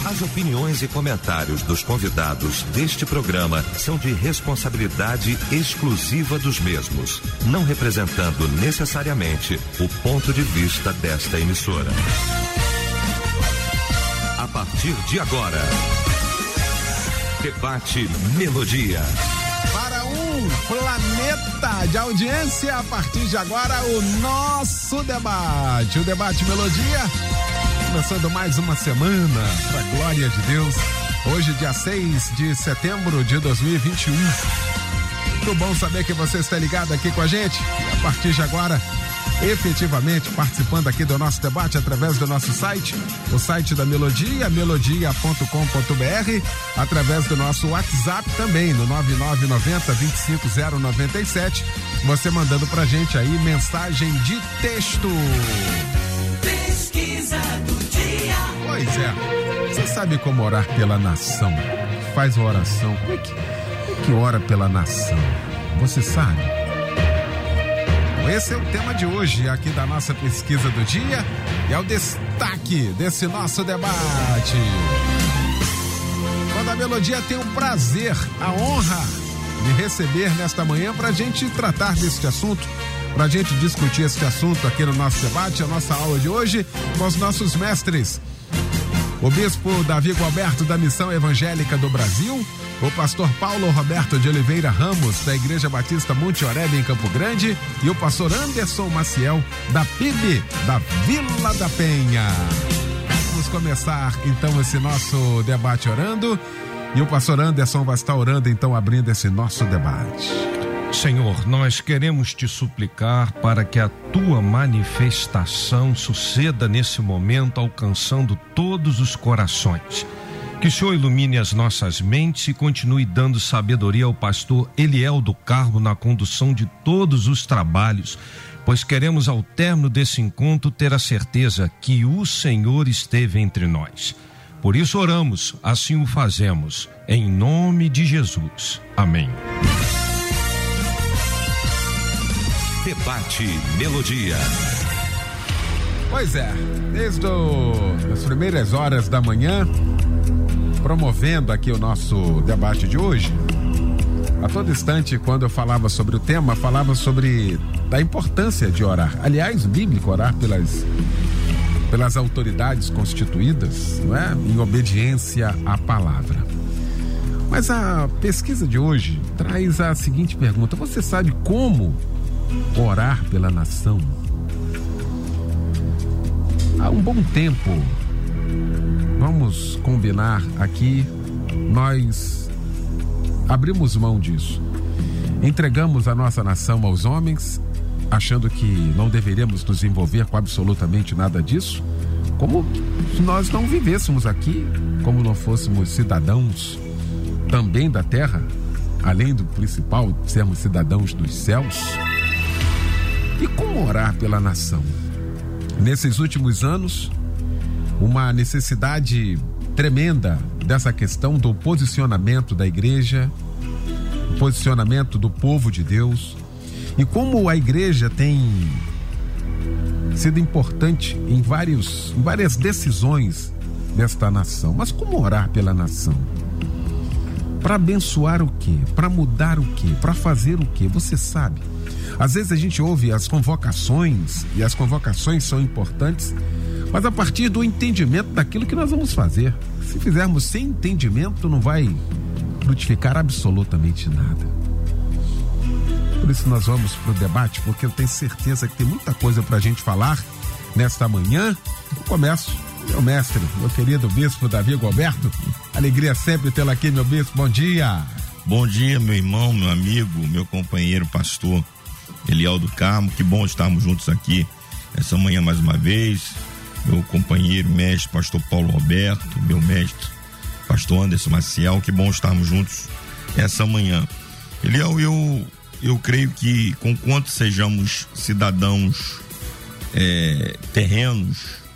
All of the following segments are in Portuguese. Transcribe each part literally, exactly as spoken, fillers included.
As opiniões e comentários dos convidados deste programa são de responsabilidade exclusiva dos mesmos, não representando necessariamente o ponto de vista desta emissora. A partir de agora, Debate Melodia. Para um planeta de audiência, a partir de agora, o nosso debate. O Debate Melodia, começando mais uma semana, para a glória de Deus. Hoje, dia seis de setembro de dois mil e vinte e um. Muito bom saber que você está ligado aqui com a gente. E a partir de agora, efetivamente participando aqui do nosso debate através do nosso site, o site da Melodia, melodia ponto com ponto b r, através do nosso WhatsApp também, no nove nove nove zero, dois cinco zero nove sete, você mandando pra gente aí mensagem de texto. Pesquisa do dia. Pois é, você sabe como orar pela nação? Faz uma oração, como é que, como é que ora pela nação? Você sabe? Esse é o tema de hoje aqui da nossa pesquisa do dia e é o destaque desse nosso debate. Quando a Melodia tem o prazer, a honra de receber nesta manhã para a gente tratar deste assunto, para a gente discutir este assunto aqui no nosso debate, a nossa aula de hoje com os nossos mestres. O bispo Davi Gualberto da Missão Evangélica do Brasil, o pastor Paulo Roberto de Oliveira Ramos da Igreja Batista Monte Oreb em Campo Grande e o pastor Anderson Maciel da P I B da Vila da Penha. Vamos começar então esse nosso debate orando e o pastor Anderson vai estar orando então abrindo esse nosso debate. Senhor, nós queremos te suplicar para que a tua manifestação suceda nesse momento, alcançando todos os corações. Que o Senhor ilumine as nossas mentes e continue dando sabedoria ao pastor Eliel do Carmo na condução de todos os trabalhos, pois queremos ao término desse encontro ter a certeza que o Senhor esteve entre nós. Por isso oramos, assim o fazemos, em nome de Jesus. Amém. Debate Melodia. Pois é, desde o, as primeiras horas da manhã, promovendo aqui o nosso debate de hoje. A todo instante, quando eu falava sobre o tema, falava sobre a importância de orar. Aliás, bíblico, orar pelas, pelas autoridades constituídas, não é? Em obediência à palavra. Mas a pesquisa de hoje traz a seguinte pergunta: você sabe como orar pela nação? Há um bom tempo, vamos combinar aqui, nós abrimos mão disso. Entregamos a nossa nação aos homens, achando que não deveríamos nos envolver com absolutamente nada disso, como se nós não vivêssemos aqui, como não fôssemos cidadãos também da terra, além do principal, sermos cidadãos dos céus. E como orar pela nação? Nesses últimos anos, uma necessidade tremenda dessa questão do posicionamento da igreja, o posicionamento do povo de Deus, e como a igreja tem sido importante em, vários, em várias decisões desta nação. Mas como orar pela nação? Para abençoar o quê? Para mudar o quê? Para fazer o quê? Você sabe? Às vezes a gente ouve as convocações, e as convocações são importantes, mas a partir do entendimento daquilo que nós vamos fazer. Se fizermos sem entendimento, não vai frutificar absolutamente nada. Por isso nós vamos para o debate, porque eu tenho certeza que tem muita coisa para a gente falar nesta manhã. Eu começo, meu mestre, meu querido bispo Davi Gualberto. Alegria sempre tê-lo aqui, meu bispo. Bom dia. Bom dia, meu irmão, meu amigo, meu companheiro pastor Eliel do Carmo. Que bom estarmos juntos aqui essa manhã mais uma vez. Meu companheiro, mestre, pastor Paulo Roberto, meu mestre, pastor Anderson Maciel. Que bom estarmos juntos essa manhã. Eliel, eu, eu creio que conquanto sejamos cidadãos é, terrenos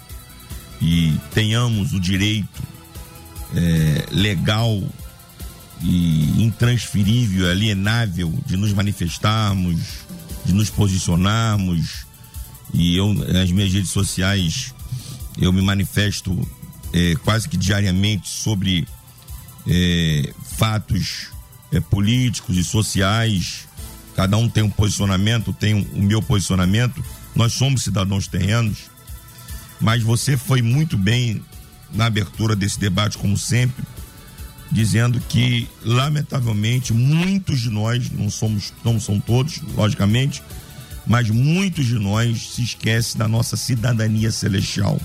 e tenhamos o direito é, legal e intransferível, alienável de nos manifestarmos, de nos posicionarmos, e eu nas minhas redes sociais eu me manifesto é, quase que diariamente sobre é, fatos é, políticos e sociais. Cada um tem um posicionamento, tem um, o meu posicionamento. Nós somos cidadãos terrenos, mas você foi muito bem na abertura desse debate, como sempre, dizendo que, lamentavelmente, muitos de nós, não somos, não são todos, logicamente, mas muitos de nós se esquecem da nossa cidadania celestial.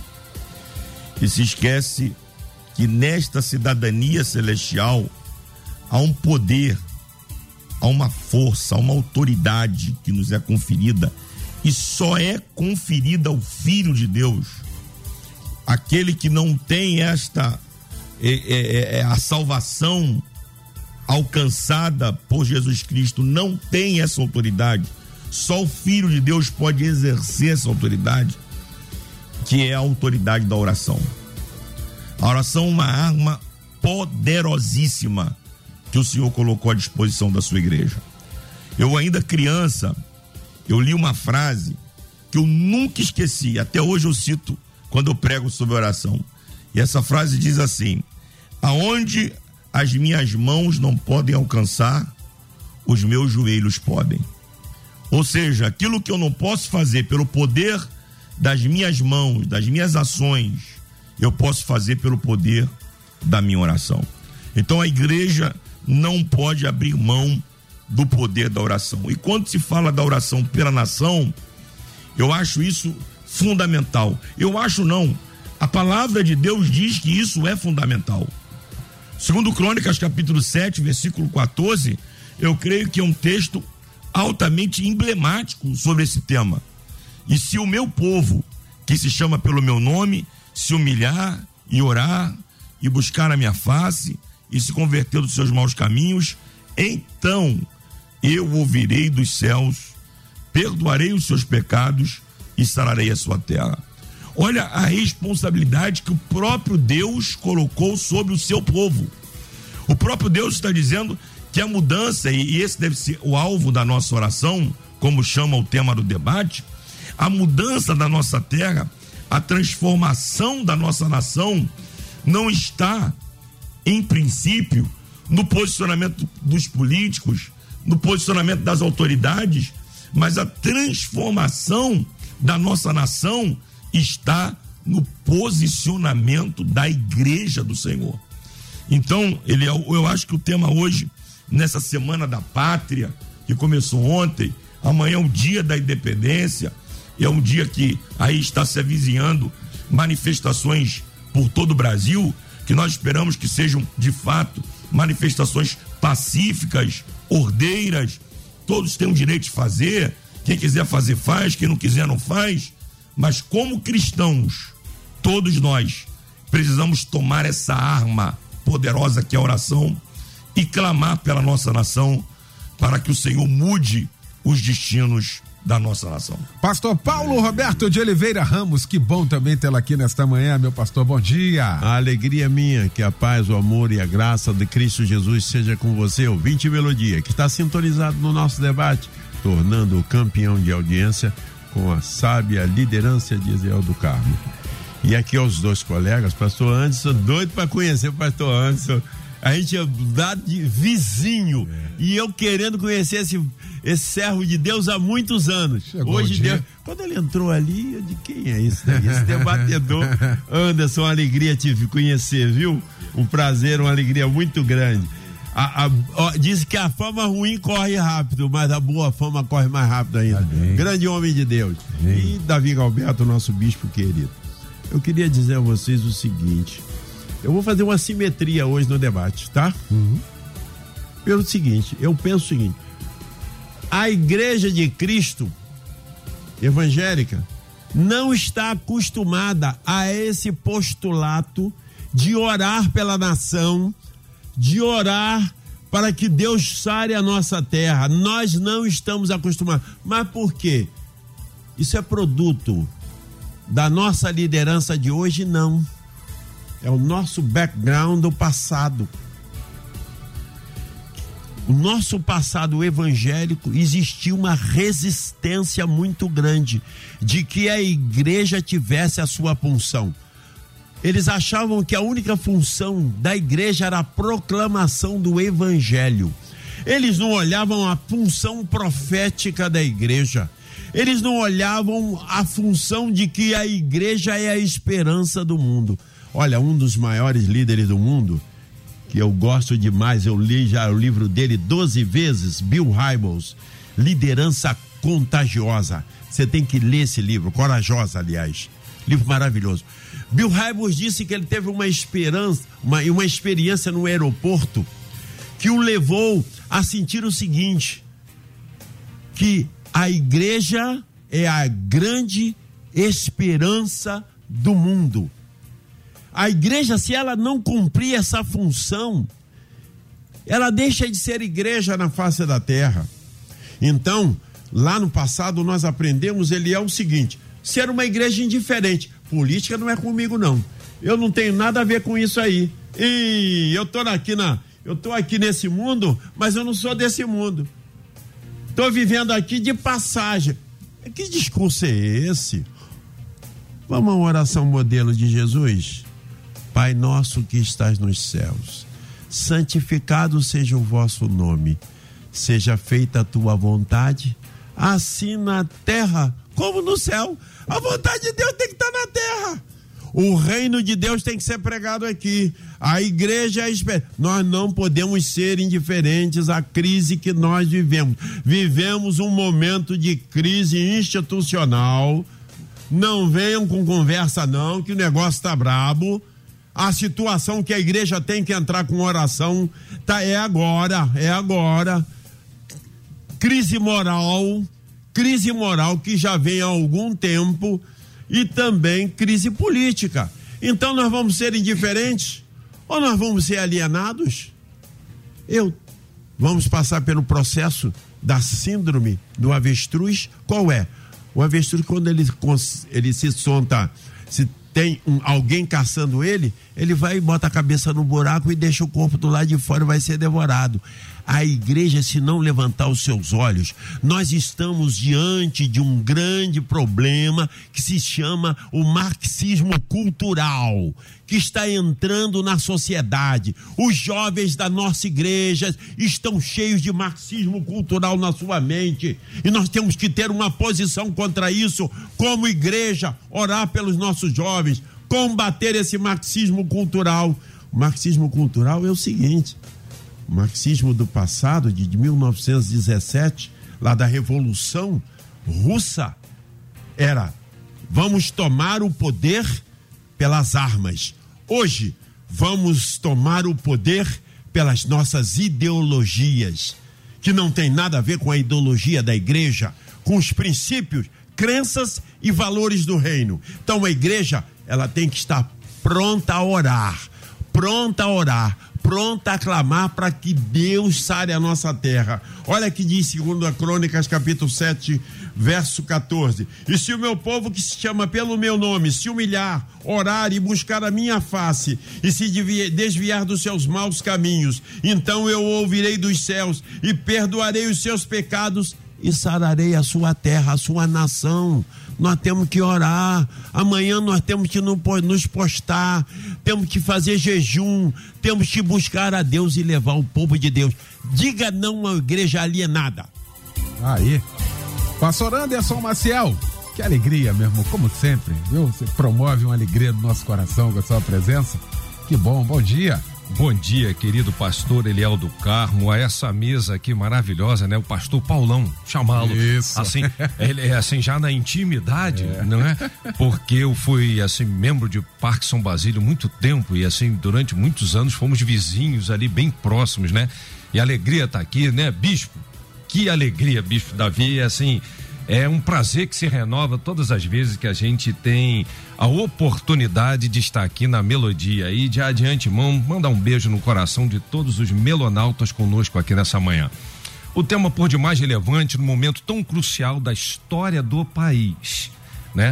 E se esquece que nesta cidadania celestial há um poder, há uma força, há uma autoridade que nos é conferida, e só é conferida ao Filho de Deus. Aquele que não tem esta é, é, é, a salvação alcançada por Jesus Cristo não tem essa autoridade. Só o Filho de Deus pode exercer essa autoridade, que é a autoridade da oração. A oração é uma arma poderosíssima que o Senhor colocou à disposição da sua igreja. Eu ainda criança, eu li uma frase que eu nunca esqueci, até hoje eu cito quando eu prego sobre oração. E essa frase diz assim: aonde as minhas mãos não podem alcançar, os meus joelhos podem. Ou seja, aquilo que eu não posso fazer pelo poder das minhas mãos, das minhas ações, eu posso fazer pelo poder da minha oração. Então a igreja não pode abrir mão do poder da oração. E quando se fala da oração pela nação, eu acho isso fundamental. Eu acho não, a palavra de Deus diz que isso é fundamental. Segundo Crônicas, capítulo sete, versículo quatorze, eu creio que é um texto altamente emblemático sobre esse tema. E se o meu povo, que se chama pelo meu nome, se humilhar e orar e buscar a minha face e se converter dos seus maus caminhos, então eu ouvirei dos céus, perdoarei os seus pecados e sararei a sua terra. Olha a responsabilidade que o próprio Deus colocou sobre o seu povo. O próprio Deus está dizendo que a mudança, e esse deve ser o alvo da nossa oração, como chama o tema do debate, a mudança da nossa terra, a transformação da nossa nação, não está, em princípio, no posicionamento dos políticos, no posicionamento das autoridades, mas a transformação da nossa nação está no posicionamento da igreja do Senhor. Então, ele, eu acho que o tema hoje, nessa Semana da Pátria, que começou ontem, amanhã é o dia da independência, é um dia que aí está se avizinhando manifestações por todo o Brasil, que nós esperamos que sejam, de fato, manifestações pacíficas, ordeiras. Todos têm o direito de fazer, quem quiser fazer faz, quem não quiser não faz, mas como cristãos, todos nós precisamos tomar essa arma poderosa que é a oração e clamar pela nossa nação para que o Senhor mude os destinos da nossa nação. Pastor Paulo Roberto de Oliveira Ramos, que bom também tê-lo aqui nesta manhã, meu pastor, bom dia. A alegria minha, que a paz, o amor e a graça de Cristo Jesus seja com você, ouvinte Melodia, que está sintonizado no nosso debate, tornando o campeão de audiência com a sábia liderança de Israel do Carmo. E aqui aos dois colegas, pastor Anderson, doido para conhecer o pastor Anderson. A gente é dado de vizinho, é. E eu querendo conhecer esse, esse servo de Deus há muitos anos. Chegou hoje, Deus, quando ele entrou ali, eu disse, quem é esse daí? Esse debatedor. Anderson, uma alegria te conhecer, viu? Um prazer, uma alegria muito grande. A, a, ó, diz que a fama ruim corre rápido, mas a boa fama corre mais rápido ainda. Amém. Grande homem de Deus. Amém. E Davi Galberto, nosso bispo querido. Eu queria dizer a vocês o seguinte: eu vou fazer uma simetria hoje no debate, tá? Uhum. Pelo seguinte, eu penso o seguinte: a igreja de Cristo evangélica não está acostumada a esse postulato de orar pela nação, de orar para que Deus sare a nossa terra. Nós não estamos acostumados. Mas por quê? Isso é produto da nossa liderança de hoje? Não. É o nosso background do passado. O nosso passado evangélico existia uma resistência muito grande de que a igreja tivesse a sua punção. eles achavam que a única função da igreja era a proclamação do evangelho. Eles não olhavam a função profética da igreja. Eles não olhavam a função de que a igreja é a esperança do mundo. Olha, um dos maiores líderes do mundo, que eu gosto demais, eu li já o livro dele doze vezes, Bill Hybels, Liderança Contagiosa. Você tem que ler esse livro, Corajosa, aliás. Livro maravilhoso. Bill Hybels disse que ele teve uma esperança, uma, uma experiência no aeroporto que o levou a sentir o seguinte, que a igreja é a grande esperança do mundo. A igreja, se ela não cumprir essa função, ela deixa de ser igreja na face da terra. Então, lá no passado nós aprendemos, ele é o seguinte, ser uma igreja indiferente. Política não é comigo, não. Eu não tenho nada a ver com isso aí. E eu tô aqui na, eu tô aqui nesse mundo, mas eu não sou desse mundo. Tô vivendo aqui de passagem. Que discurso é esse? Vamos a uma oração modelo de Jesus? Pai nosso que estás nos céus, santificado seja o vosso nome, seja feita a tua vontade, assim na terra como no céu. A vontade de Deus tem que estar na terra. O reino de Deus tem que ser pregado aqui. A igreja é esperança. Nós não podemos ser indiferentes à crise que nós vivemos. Vivemos um momento de crise institucional. Não venham com conversa não, que o negócio está brabo. A situação que a igreja tem que entrar com oração tá, é agora, é agora. Crise moral, crise moral que já vem há algum tempo e também crise política. Então nós vamos ser indiferentes ou nós vamos ser alienados? Eu, vamos passar pelo processo da síndrome do avestruz? Qual é? O avestruz, quando ele, ele se solta, se tem um, alguém caçando ele, ele vai e bota a cabeça no buraco e deixa o corpo do lado de fora e vai ser devorado. A igreja, se não levantar os seus olhos, nós estamos diante de um grande problema que se chama o marxismo cultural, que está entrando na sociedade. Os jovens da nossa igreja estão cheios de marxismo cultural na sua mente e nós temos que ter uma posição contra isso, como igreja, orar pelos nossos jovens, combater esse marxismo cultural. O marxismo cultural é o seguinte: o marxismo do passado, de mil novecentos e dezessete, lá da Revolução Russa, era: vamos tomar o poder pelas armas. Hoje, vamos tomar o poder pelas nossas ideologias, que não tem nada a ver com a ideologia da igreja, com os princípios, crenças e valores do reino. Então a igreja, ela tem que estar pronta a orar, pronta a orar, pronta a clamar para que Deus sare a nossa terra. Olha que diz segunda Crônicas, capítulo sete, verso quatorze. E se o meu povo, que se chama pelo meu nome, se humilhar, orar e buscar a minha face e se desviar dos seus maus caminhos, então eu ouvirei dos céus e perdoarei os seus pecados e sararei a sua terra, a sua nação. Nós temos que orar. Amanhã nós temos que nos postar, temos que fazer jejum, temos que buscar a Deus e levar o povo de Deus. Diga não à igreja alienada. Aí, pastor Anderson Maciel, que alegria, meu irmão, como sempre, viu? Você promove uma alegria no nosso coração com a sua presença. Que bom, bom dia. Bom dia, querido pastor Eliel do Carmo, a essa mesa aqui maravilhosa, né? O pastor Paulão, chamá-lo. Isso. Assim, ele é assim, já na intimidade, é. Não é? Porque eu fui, assim, membro de Parque São Basílio muito tempo e, assim, durante muitos anos fomos vizinhos ali, bem próximos, né? E a alegria estar tá aqui, né? Bispo, que alegria, Bispo Davi, assim... É um prazer que se renova todas as vezes que a gente tem a oportunidade de estar aqui na Melodia. E de adiante, mão, mandar um beijo no coração de todos os melonautas conosco aqui nessa manhã. O tema por demais relevante no momento tão crucial da história do país, né?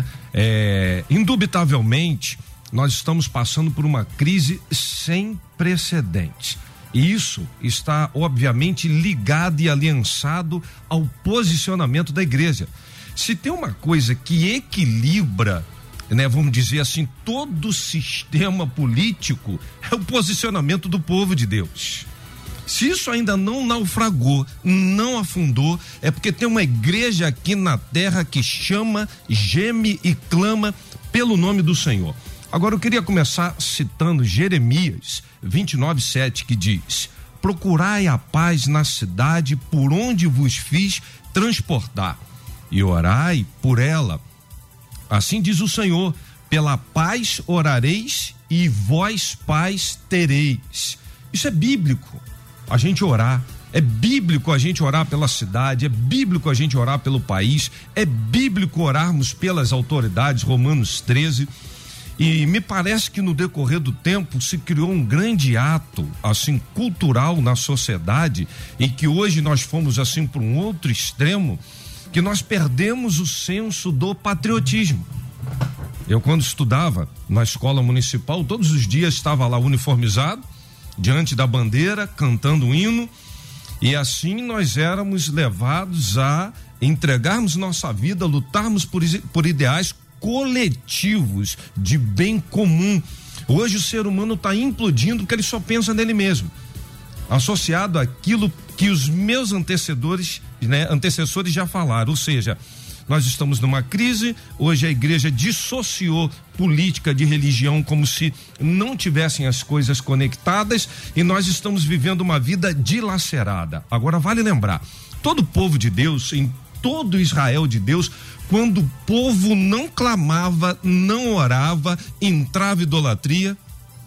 É, indubitavelmente, nós estamos passando por uma crise sem precedentes. E isso está, obviamente, ligado e aliançado ao posicionamento da igreja. Se tem uma coisa que equilibra né, vamos dizer assim, todo o sistema político é o posicionamento do povo de Deus. Se isso ainda não naufragou, não afundou, é porque tem uma igreja aqui na terra que chama, geme e clama pelo nome do Senhor. Agora eu queria começar citando Jeremias vinte e nove, sete, que diz: procurai a paz na cidade por onde vos fiz transportar e orai por ela. Assim diz o Senhor: pela paz orareis e vós paz tereis. Isso é bíblico, a gente orar. É bíblico a gente orar pela cidade, é bíblico a gente orar pelo país, é bíblico orarmos pelas autoridades, Romanos treze. E me parece que no decorrer do tempo se criou um grande ato, assim, cultural na sociedade, e que hoje nós fomos, assim, para um outro extremo, que nós perdemos o senso do patriotismo. Eu, quando estudava na escola municipal, todos os dias estava lá uniformizado, diante da bandeira, cantando o hino, e assim nós éramos levados a entregarmos nossa vida, lutarmos por, por ideais coletivos de bem comum. Hoje o ser humano está implodindo porque ele só pensa nele mesmo, associado àquilo que os meus antecessores, né, antecessores já falaram, ou seja, nós estamos numa crise. Hoje a igreja dissociou política de religião como se não tivessem as coisas conectadas, e nós estamos vivendo uma vida dilacerada. Agora vale lembrar, todo o povo de Deus, em todo Israel de Deus, quando o povo não clamava, não orava, entrava idolatria,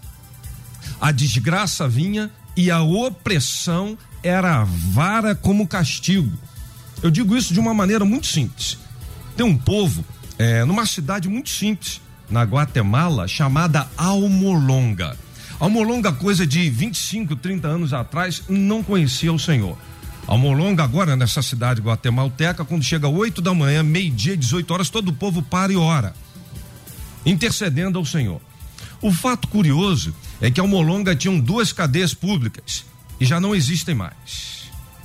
a desgraça vinha e a opressão era a vara como castigo. Eu digo isso de uma maneira muito simples. Tem um povo, é, numa cidade muito simples, na Guatemala, chamada Almolonga. Almolonga, coisa de vinte e cinco, trinta anos atrás, não conhecia o Senhor. Almolonga, agora nessa cidade guatemalteca, quando chega oito da manhã, meio-dia, dezoito horas, todo o povo para e ora, intercedendo ao Senhor. O fato curioso é que Almolonga tinham duas cadeias públicas e já não existem mais.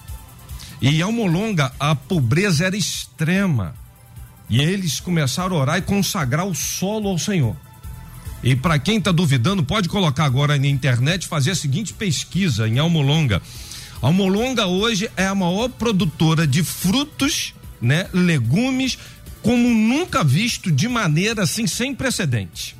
E em Almolonga a pobreza era extrema, e eles começaram a orar e consagrar o solo ao Senhor. E para quem está duvidando, pode colocar agora na internet, fazer a seguinte pesquisa em Almolonga. Almolonga hoje é a maior produtora de frutos, né, legumes, como nunca visto, de maneira assim sem precedente.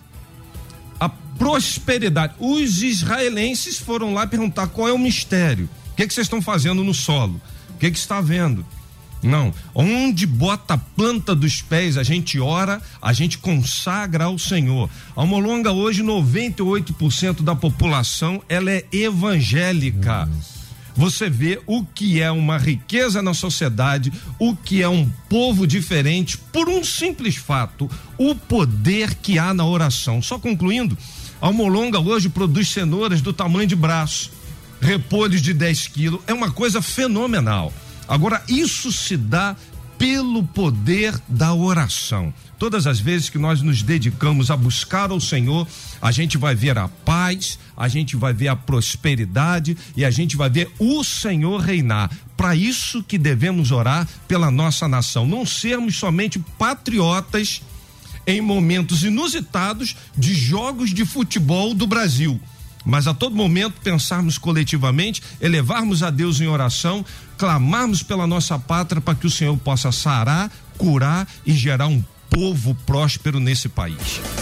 A prosperidade. Os israelenses foram lá perguntar qual é o mistério. O que que vocês estão fazendo no solo? O que que está vendo? Não, onde bota a planta dos pés, a gente ora, a gente consagra ao Senhor. Almolonga hoje, noventa e oito por cento da população, ela é evangélica. Você vê o que é uma riqueza na sociedade, o que é um povo diferente, por um simples fato, o poder que há na oração. Só concluindo, Almolonga hoje produz cenouras do tamanho de braço, repolhos de dez quilos, é uma coisa fenomenal. Agora, isso se dá pelo poder da oração. Todas as vezes que nós nos dedicamos a buscar ao Senhor, a gente vai ver a paz, a gente vai ver a prosperidade e a gente vai ver o Senhor reinar. Para isso que devemos orar pela nossa nação, não sermos somente patriotas em momentos inusitados de jogos de futebol do Brasil, mas a todo momento pensarmos coletivamente, elevarmos a Deus em oração, clamarmos pela nossa pátria para que o Senhor possa sarar, curar e gerar um povo próspero nesse país.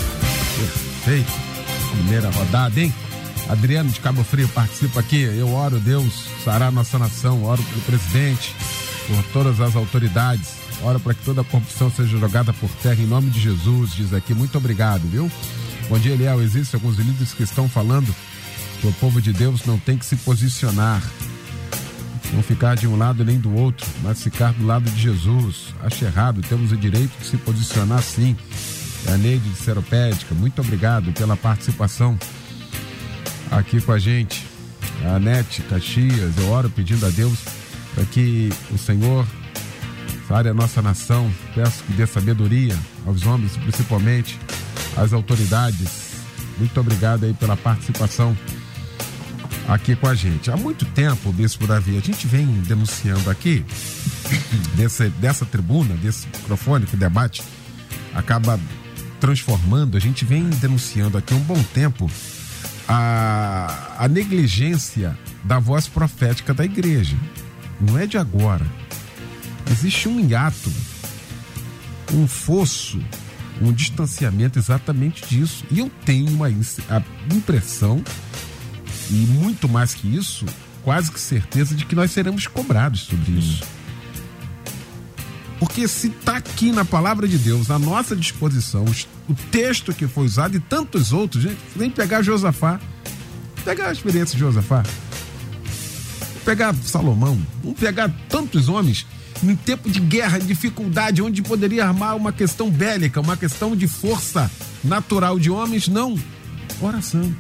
Perfeito. Primeira rodada, hein? Adriano de Cabo Frio participa aqui. Eu oro, Deus, sarar nossa nação, oro pelo presidente, por todas as autoridades, oro para que toda a corrupção seja jogada por terra em nome de Jesus, diz aqui. Muito obrigado, viu? Bom dia, Eliel. Existem alguns líderes que estão falando que o povo de Deus não tem que se posicionar, não ficar de um lado nem do outro, mas ficar do lado de Jesus. Acho errado, temos o direito de se posicionar sim. É a Neide de Seropédica, muito obrigado pela participação aqui com a gente. A Anete Caxias, eu oro pedindo a Deus para que o Senhor sare a nossa nação, peço que dê sabedoria aos homens, principalmente às autoridades. Muito obrigado aí pela participação aqui com a gente. Há muito tempo, Bispo Davi, a gente vem denunciando aqui desse, dessa tribuna, desse microfone que o debate acaba transformando, a gente vem denunciando aqui há um bom tempo a, a negligência da voz profética da igreja. Não é de agora. Existe um hiato, um fosso, um distanciamento exatamente disso. E eu tenho uma a impressão, e muito mais que isso, quase que certeza de que nós seremos cobrados sobre isso. Porque se está aqui na palavra de Deus, à nossa disposição, o texto que foi usado e tantos outros, gente, nem pegar Josafá, pegar a experiência de Josafá, pegar Salomão, vamos pegar tantos homens em tempo de guerra, dificuldade, onde poderia armar uma questão bélica, uma questão de força natural de homens, não, oração.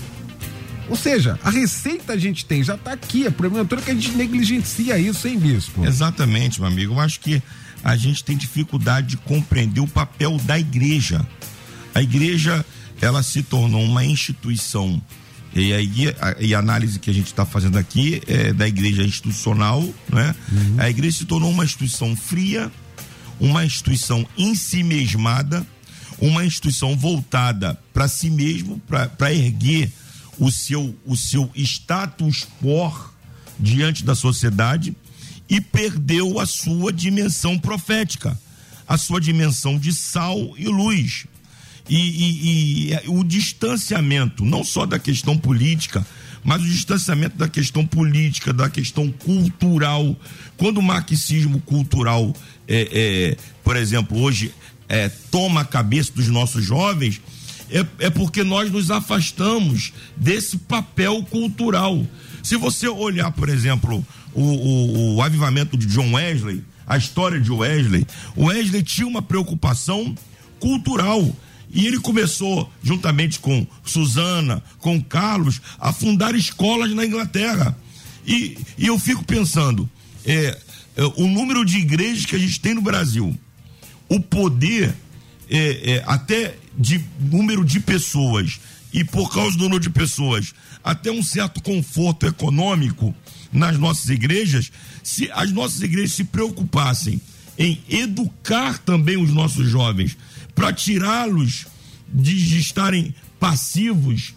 Ou seja, a receita a gente tem, já está aqui, a problema todo é que a gente negligencia isso, hein, bispo? Exatamente, meu amigo, eu acho que a gente tem dificuldade de compreender o papel da igreja. A igreja, ela se tornou uma instituição. E aí a, e a análise que a gente está fazendo aqui é da igreja institucional, né? Uhum. A igreja se tornou uma instituição fria, uma instituição ensimesmada, uma instituição voltada para si mesmo, para erguer o seu, o seu status quo diante da sociedade, e perdeu a sua dimensão profética, a sua dimensão de sal e luz. E, e, e o distanciamento, não só da questão política, mas o distanciamento da questão política, da questão cultural. Quando o marxismo cultural, é, é, por exemplo, hoje é, toma a cabeça dos nossos jovens, é, é porque nós nos afastamos desse papel cultural. Se você olhar, por exemplo, o, o, o avivamento de John Wesley, a história de Wesley, o Wesley tinha uma preocupação cultural. E ele começou, juntamente com Susana, com Carlos, a fundar escolas na Inglaterra. E, e eu fico pensando, é, é, o número de igrejas que a gente tem no Brasil, o poder é, é, até de número de pessoas, e por causa do número de pessoas, até um certo conforto econômico nas nossas igrejas. Se as nossas igrejas se preocupassem em educar também os nossos jovens, para tirá-los de, de estarem passivos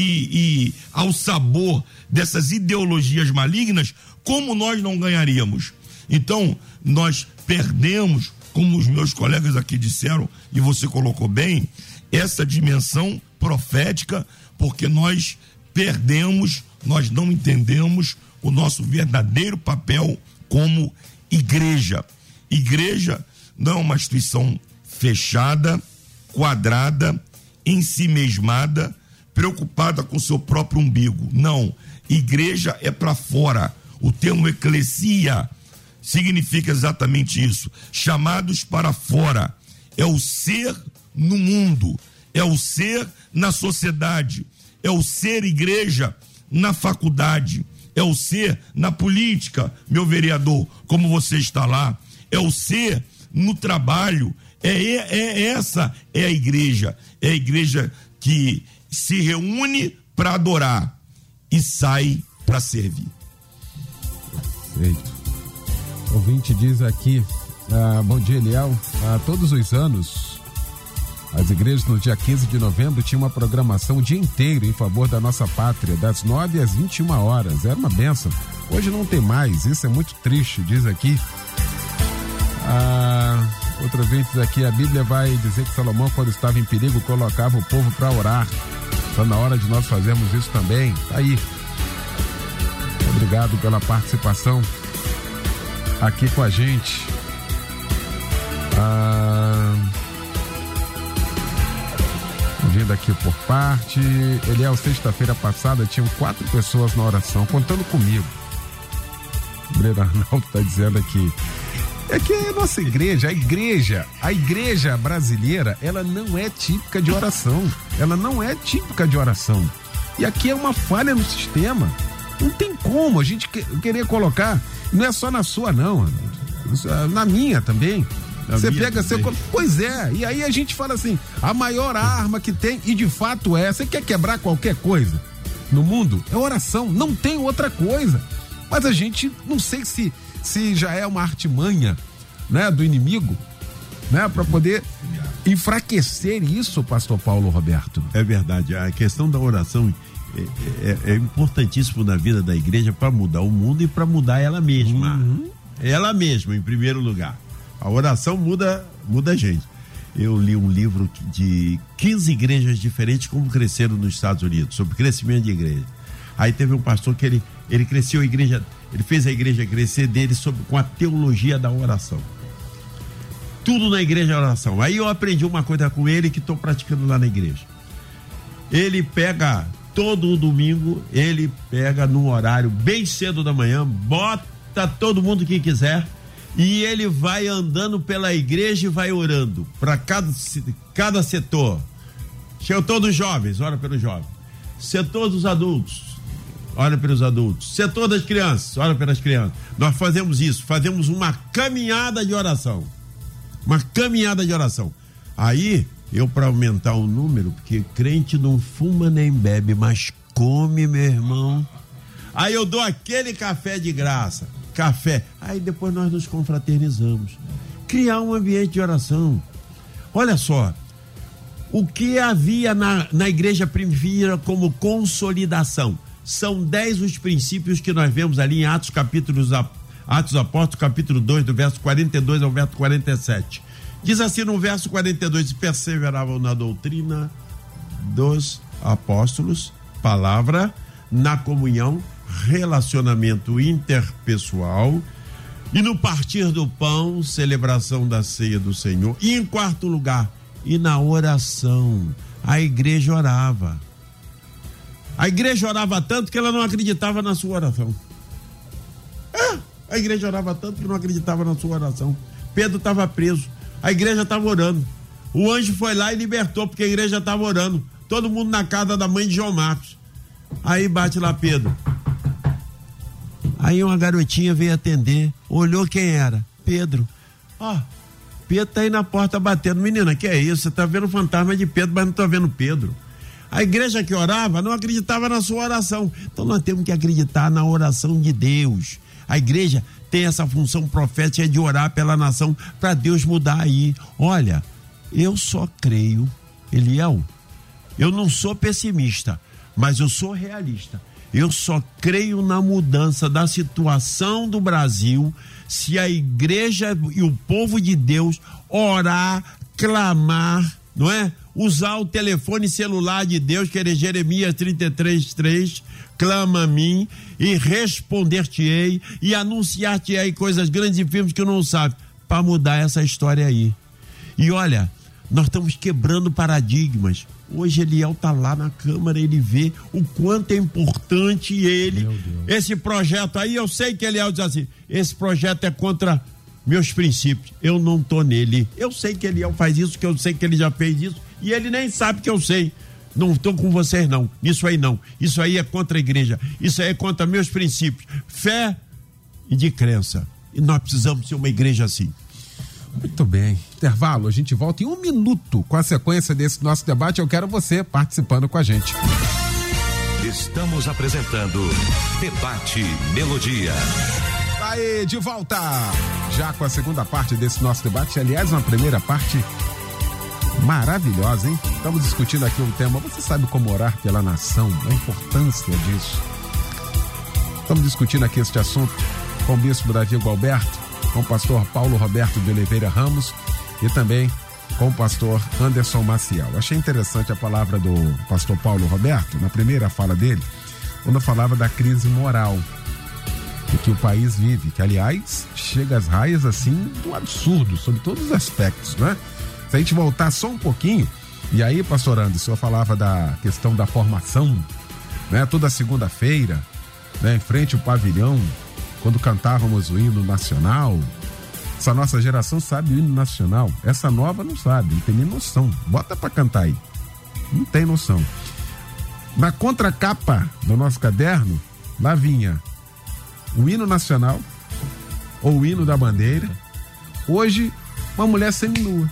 e, e ao sabor dessas ideologias malignas, como nós não ganharíamos? Então, nós perdemos, como os meus colegas aqui disseram, e você colocou bem, essa dimensão profética, porque nós perdemos, nós não entendemos o nosso verdadeiro papel como igreja. Igreja não é uma instituição fechada, quadrada, ensimesmada, preocupada com seu próprio umbigo. Não, igreja é para fora. O termo eclesia significa exatamente isso, chamados para fora. É o ser no mundo, é o ser na sociedade, é o ser igreja na faculdade, é o ser na política, meu vereador, como você está lá, é o ser no trabalho. É, é, é essa é a igreja, é a igreja que se reúne para adorar e sai para servir. Perfeito. O ouvinte diz aqui, ah, bom dia, Eliel, ah, todos os anos as igrejas no dia quinze de novembro tinham uma programação o dia inteiro em favor da nossa pátria, das nove às vinte e uma horas, era uma bênção. Hoje não tem mais, isso é muito triste, diz aqui. Ah, outro ouvinte diz aqui, a Bíblia vai dizer que Salomão, quando estava em perigo, colocava o povo para orar. Está na hora de nós fazermos isso também. Tá aí. Obrigado pela participação aqui com a gente. Ah, vindo aqui por parte. Eliel, sexta-feira passada tinham quatro pessoas na oração, contando comigo. O Breno Arnaldo está dizendo aqui. É que a nossa igreja, a igreja, a igreja brasileira, ela não é típica de oração. Ela não é típica de oração. E aqui é uma falha no sistema. Não tem como a gente querer colocar, não é só na sua não, na minha também. Na você minha pega também. Seu... Pois é, e aí a gente fala assim, a maior arma que tem, e de fato é, você quer quebrar qualquer coisa no mundo? É oração, não tem outra coisa. Mas a gente, não sei se se já é uma artimanha, né, do inimigo, né, para poder enfraquecer isso, pastor Paulo Roberto. É verdade, a questão da oração é, é, é importantíssimo na vida da igreja para mudar o mundo e para mudar ela mesma. Uhum. Ela mesma, em primeiro lugar. A oração muda, muda a gente. Eu li um livro de quinze igrejas diferentes, como cresceram nos Estados Unidos, sobre crescimento de igreja. Aí teve um pastor que ele, ele cresceu a igreja, ele fez a igreja crescer dele sobre, com a teologia da oração. Tudo na igreja é oração. Aí eu aprendi uma coisa com ele que estou praticando lá na igreja. Ele pega todo o domingo, ele pega num horário bem cedo da manhã, bota todo mundo que quiser e ele vai andando pela igreja e vai orando para cada, cada setor. Setor dos jovens, ora pelos jovens. Setor dos adultos, ora pelos adultos. Setor das crianças, ora pelas crianças. Nós fazemos isso, fazemos uma caminhada de oração. Uma caminhada de oração. Aí, eu para aumentar o número, porque crente não fuma nem bebe, mas come, meu irmão. Aí eu dou aquele café de graça. Café. Aí depois nós nos confraternizamos. Criar um ambiente de oração. Olha só. O que havia na, na igreja primitiva como consolidação? São dez os princípios que nós vemos ali em Atos capítulos Atos Apóstolos, capítulo dois, do verso quarenta e dois ao verso quarenta e sete. Diz assim no verso quarenta e dois: perseveravam na doutrina dos apóstolos, palavra, na comunhão, relacionamento interpessoal, e no partir do pão, celebração da ceia do Senhor. E em quarto lugar, e na oração. A igreja orava. A igreja orava tanto que ela não acreditava na sua oração. É, a igreja orava tanto que não acreditava na sua oração. Pedro estava preso, a igreja estava orando. O anjo foi lá e libertou, porque a igreja estava orando. Todo mundo na casa da mãe de João Marcos. Aí bate lá Pedro. Aí uma garotinha veio atender, olhou quem era. Pedro. Ó, oh, Pedro tá aí na porta batendo. Menina, que é isso? Você tá vendo o fantasma de Pedro, mas não tá vendo Pedro. A igreja que orava não acreditava na sua oração. Então nós temos que acreditar na oração de Deus. A igreja tem essa função profética de orar pela nação para Deus mudar aí. Olha, eu só creio, Eliel, eu não sou pessimista, mas eu sou realista. Eu só creio na mudança da situação do Brasil se a igreja e o povo de Deus orar, clamar, não é? Usar o telefone celular de Deus, que era Jeremias trinta e três, três, clama a mim e responder-te-ei e anunciar-te-ei coisas grandes e firmes que eu não sabe, para mudar essa história aí. E olha, nós estamos quebrando paradigmas. Hoje Eliel está lá na Câmara, ele vê o quanto é importante ele, esse projeto aí. Eu sei que Eliel diz assim, esse projeto é contra meus princípios, eu não estou nele. Eu sei que Eliel faz isso, que eu sei que ele já fez isso, e ele nem sabe que eu sei. Não estou com vocês não, isso aí não, isso aí é contra a igreja, isso aí é contra meus princípios, fé e de crença, e nós precisamos ser uma igreja assim. Muito bem, intervalo, a gente volta em um minuto com a sequência desse nosso debate. Eu quero você participando com a gente. Estamos apresentando Debate Melodia. Aí, de volta, já com a segunda parte desse nosso debate, aliás, uma primeira parte maravilhosa, hein? Estamos discutindo aqui um tema, você sabe como orar pela nação, a importância disso. Estamos discutindo aqui este assunto com o bispo Davi Gualberto, com o pastor Paulo Roberto de Oliveira Ramos e também com o pastor Anderson Maciel. Achei interessante a palavra do pastor Paulo Roberto, na primeira fala dele, quando falava da crise moral que o país vive, que aliás chega às raias assim do absurdo, sob todos os aspectos, né? Se a gente voltar só um pouquinho, e aí, pastor Anderson, o senhor falava da questão da formação, né? Toda segunda-feira, né? Em frente ao pavilhão, quando cantávamos o hino nacional. Essa nossa geração sabe o hino nacional, essa nova não sabe, não tem nem noção. Bota pra cantar aí, não tem noção. Na contracapa do nosso caderno, lá vinha o hino nacional ou o hino da bandeira. Hoje, uma mulher seminua.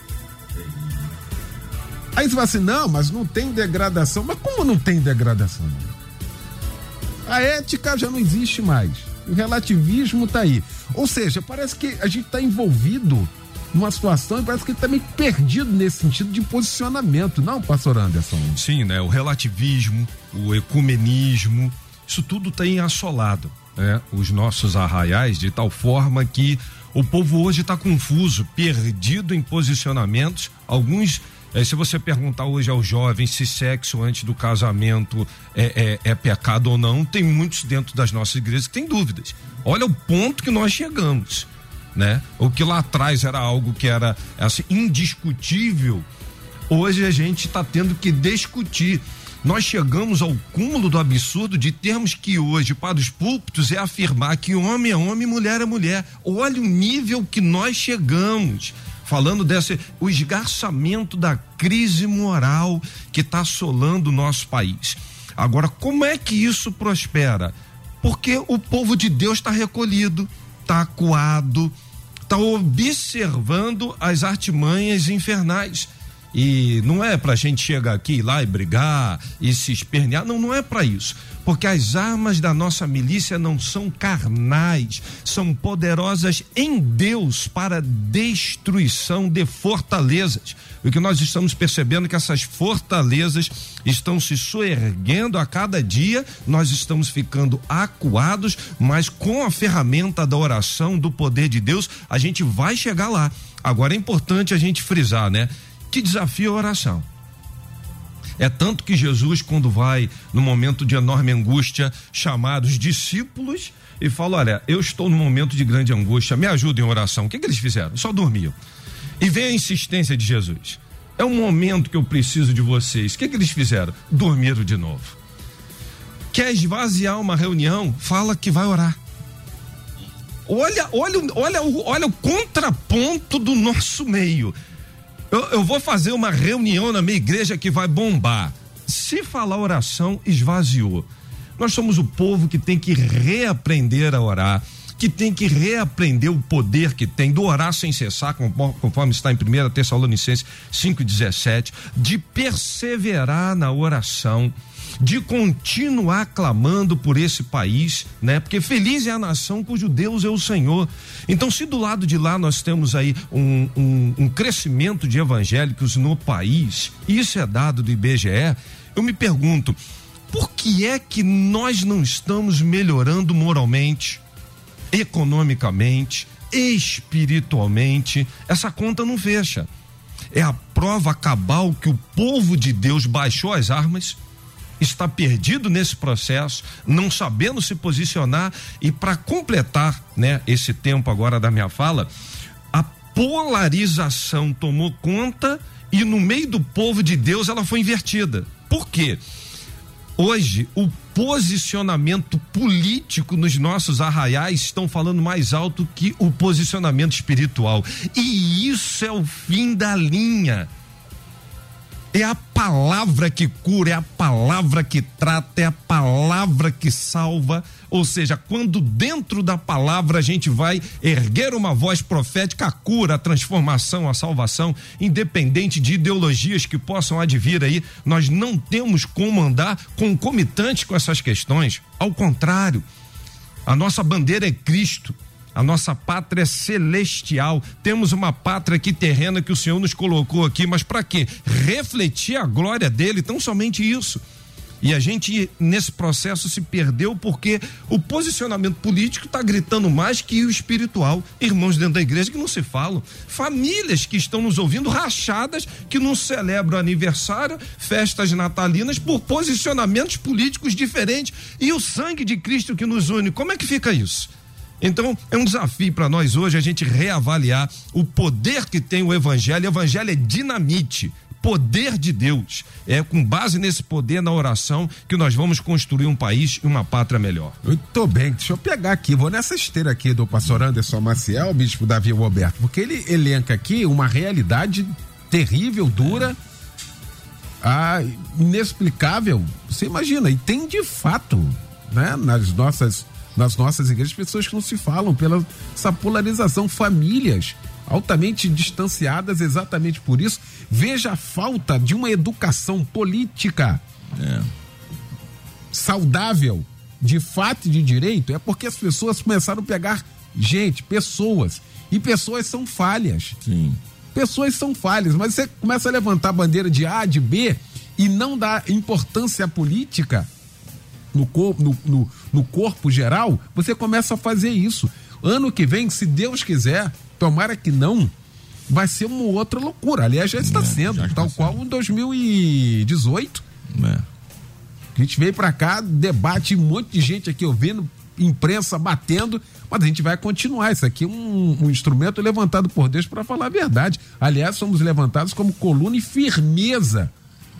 Aí você fala assim, não, mas não tem degradação. Mas como não tem degradação? A ética já não existe mais. O relativismo está aí. Ou seja, parece que a gente está envolvido numa situação e parece que ele está meio perdido nesse sentido de posicionamento, não, pastor Anderson? Sim, né? O relativismo, o ecumenismo, isso tudo tem assolado, né, os nossos arraiais, de tal forma que o povo hoje está confuso, perdido em posicionamentos. Alguns, eh, se você perguntar hoje aos jovens se sexo antes do casamento é, é, é pecado ou não, tem muitos dentro das nossas igrejas que têm dúvidas. Olha o ponto que nós chegamos, né? O que lá atrás era algo que era assim, indiscutível, hoje a gente está tendo que discutir. Nós chegamos ao cúmulo do absurdo de termos que hoje, para os púlpitos, é afirmar que homem é homem, mulher é mulher. Olha o nível que nós chegamos, falando desse, o esgarçamento da crise moral que está assolando o nosso país. Agora, como é que isso prospera? Porque o povo de Deus está recolhido, está acuado, está observando as artimanhas infernais. E não é pra gente chegar aqui, ir lá e brigar e se espernear, não, não é pra isso, porque as armas da nossa milícia não são carnais, são poderosas em Deus para destruição de fortalezas. O que nós estamos percebendo é que essas fortalezas estão se soerguendo a cada dia, nós estamos ficando acuados, mas com a ferramenta da oração, do poder de Deus, a gente vai chegar lá. Agora é importante a gente frisar, né? Que desafia a oração. É tanto que Jesus, quando vai no momento de enorme angústia, chamar os discípulos e fala: olha, eu estou num momento de grande angústia, me ajudem em oração. O que, que eles fizeram? Só dormiam. E vem a insistência de Jesus: é um momento que eu preciso de vocês. O que, que eles fizeram? Dormiram de novo. Quer esvaziar uma reunião? Fala que vai orar. Olha, olha, olha, olha o contraponto do nosso meio. Eu, eu vou fazer uma reunião na minha igreja que vai bombar. Se falar oração, esvaziou. Nós somos o povo que tem que reaprender a orar, que tem que reaprender o poder que tem do orar sem cessar, conforme está em primeira Tessalonicenses cinco e dezessete, de perseverar na oração, de continuar clamando por esse país, né? Porque feliz é a nação cujo Deus é o Senhor. Então, se do lado de lá nós temos aí um, um, um crescimento de evangélicos no país, isso é dado do I B G E, eu me pergunto, por que é que nós não estamos melhorando moralmente, economicamente, espiritualmente? Essa conta não fecha. É a prova cabal que o povo de Deus baixou as armas, está perdido nesse processo, não sabendo se posicionar. E para completar, né, esse tempo agora da minha fala, a polarização tomou conta e no meio do povo de Deus ela foi invertida. Por quê? Hoje o posicionamento político nos nossos arraiais estão falando mais alto que o posicionamento espiritual, e isso é o fim da linha. É a palavra que cura, é a palavra que trata, é a palavra que salva. Ou seja, quando dentro da palavra a gente vai erguer uma voz profética, a cura, a transformação, a salvação, independente de ideologias que possam advir aí, nós não temos como andar concomitante com essas questões. Ao contrário, a nossa bandeira é Cristo. A nossa pátria é celestial. Temos uma pátria aqui terrena que o Senhor nos colocou aqui, mas para quê? Refletir a glória dele, tão somente isso. E a gente nesse processo se perdeu porque o posicionamento político está gritando mais que o espiritual. Irmãos dentro da igreja que não se falam, famílias que estão nos ouvindo rachadas, que não celebram aniversário, festas natalinas por posicionamentos políticos diferentes, e o sangue de Cristo que nos une. Como é que fica isso? Então, é um desafio para nós hoje a gente reavaliar o poder que tem o evangelho. O evangelho é dinamite, poder de Deus. É com base nesse poder na oração que nós vamos construir um país e uma pátria melhor. Muito bem, deixa eu pegar aqui, vou nessa esteira aqui do pastor Anderson Maciel, bispo Davi Roberto, porque ele elenca aqui uma realidade terrível, dura, ah, inexplicável. Você imagina, e tem de fato, né, nas nossas nas nossas igrejas, pessoas que não se falam pela essa polarização, famílias altamente distanciadas exatamente por isso. Veja a falta de uma educação política é. saudável, de fato e de direito, é porque as pessoas começaram a pegar gente, pessoas, E pessoas são falhas. Sim. Pessoas são falhas, mas você começa a levantar a bandeira de A, de B e não dá importância política no, cor, no, no, no corpo geral, você começa a fazer isso. Ano que vem, se Deus quiser, tomara que não, vai ser uma outra loucura. Aliás, já está é, sendo, já está tal sendo. Qual em dois mil e dezoito. É. A gente veio pra cá, debate, um monte de gente aqui ouvindo, imprensa batendo, mas a gente vai continuar. Isso aqui é um, um instrumento levantado por Deus para falar a verdade. Aliás, somos levantados como coluna e firmeza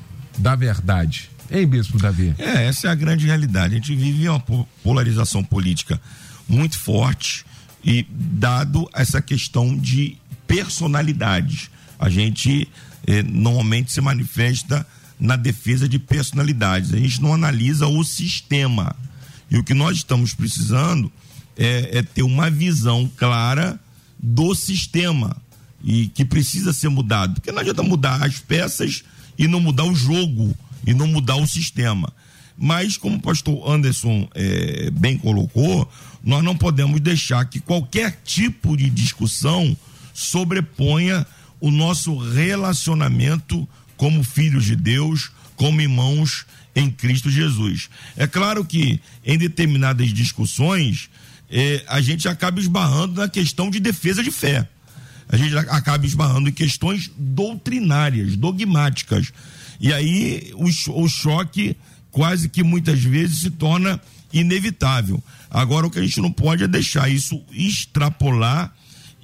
da verdade. Hein, Bispo Davi? É, essa é a grande realidade. A gente vive uma polarização política muito forte e dado essa questão de personalidades. A gente eh, normalmente se manifesta na defesa de personalidades. A gente não analisa o sistema. E o que nós estamos precisando é, é ter uma visão clara do sistema e que precisa ser mudado. Porque não adianta mudar as peças e não mudar o jogo e não mudar o sistema. Mas, como o pastor Anderson é, bem colocou, nós não podemos deixar que qualquer tipo de discussão sobreponha o nosso relacionamento como filhos de Deus, como irmãos em Cristo Jesus. É claro que em determinadas discussões eh, a gente acaba esbarrando na questão de defesa de fé. A gente acaba esbarrando em questões doutrinárias, dogmáticas. E aí o, o choque quase que muitas vezes se torna inevitável. Agora, o que a gente não pode é deixar isso extrapolar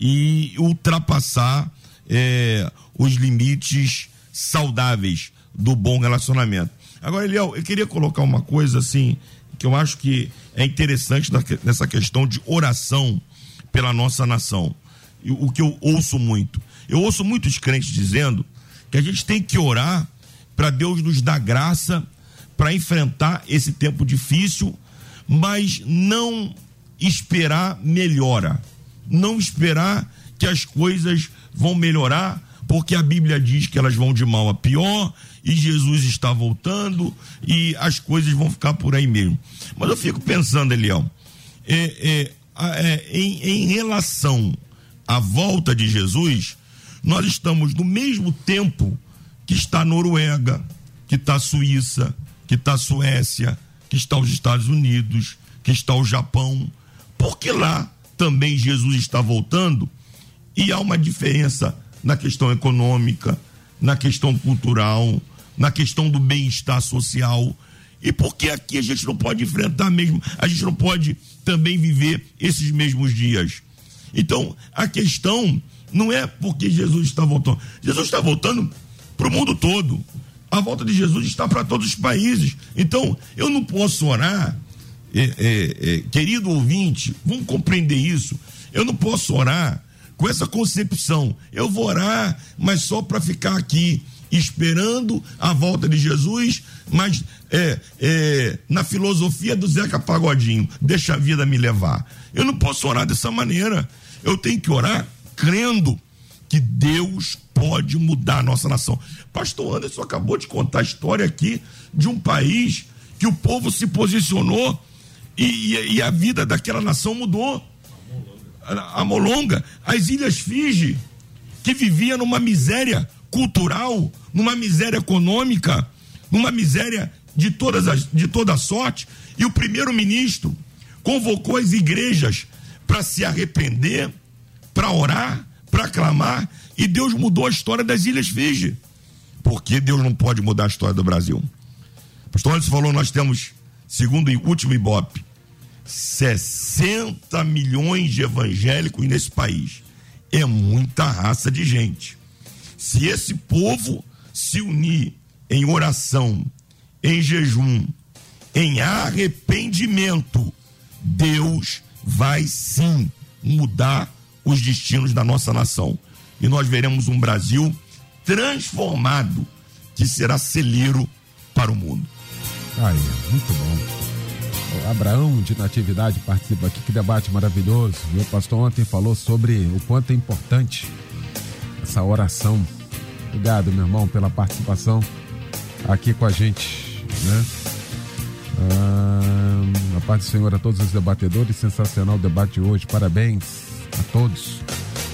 e ultrapassar eh, os limites saudáveis do bom relacionamento. Agora, Eliel, eu queria colocar uma coisa assim, que eu acho que é interessante nessa questão de oração pela nossa nação. O que eu ouço muito. Eu ouço muitos crentes dizendo que a gente tem que orar para Deus nos dar graça para enfrentar esse tempo difícil, mas não esperar melhora. Não esperar que as coisas vão melhorar, porque a Bíblia diz que elas vão de mal a pior e Jesus está voltando e as coisas vão ficar por aí mesmo. Mas eu fico pensando, Eliel, é, é, é, em, em relação à volta de Jesus, nós estamos no mesmo tempo que está a Noruega, que está a Suíça, que está a Suécia, que está os Estados Unidos, que está o Japão, porque lá também Jesus está voltando e há uma diferença na questão econômica, na questão cultural, na questão do bem-estar social. E por que aqui a gente não pode enfrentar mesmo, a gente não pode também viver esses mesmos dias? Então, a questão não é porque Jesus está voltando. Jesus está voltando para o mundo todo. A volta de Jesus está para todos os países. Então, eu não posso orar, é, é, é, querido ouvinte, vamos compreender isso. Eu não posso orar com essa concepção. Eu vou orar, mas só para ficar aqui esperando a volta de Jesus, mas é, é, na filosofia do Zeca Pagodinho, deixa a vida me levar. Eu não posso orar dessa maneira. Eu tenho que orar crendo que Deus pode mudar a nossa nação. Pastor Anderson acabou de contar a história aqui de um país que o povo se posicionou e, e, e a vida daquela nação mudou. A Molonga, as Ilhas Fiji, que vivia numa miséria cultural, numa miséria econômica, numa miséria de, todas as, de toda sorte, e o primeiro-ministro convocou as igrejas para se arrepender, para orar, para clamar, e Deus mudou a história das Ilhas Fiji. Por que Deus não pode mudar a história do Brasil? O pastor Anderson falou, nós temos, segundo o último Ibope, sessenta milhões de evangélicos nesse país. É muita raça de gente. Se esse povo se unir em oração, em jejum, em arrependimento, Deus vai sim mudar os destinos da nossa nação. E nós veremos um Brasil transformado, que será celeiro para o mundo. Aí, muito bom. Abraão de Natividade participa aqui, que debate maravilhoso. E o pastor ontem falou sobre o quanto é importante essa oração. Obrigado, meu irmão, pela participação aqui com a gente, né? Ah, a paz do Senhor a todos os debatedores. Sensacional o debate de hoje. Parabéns a todos.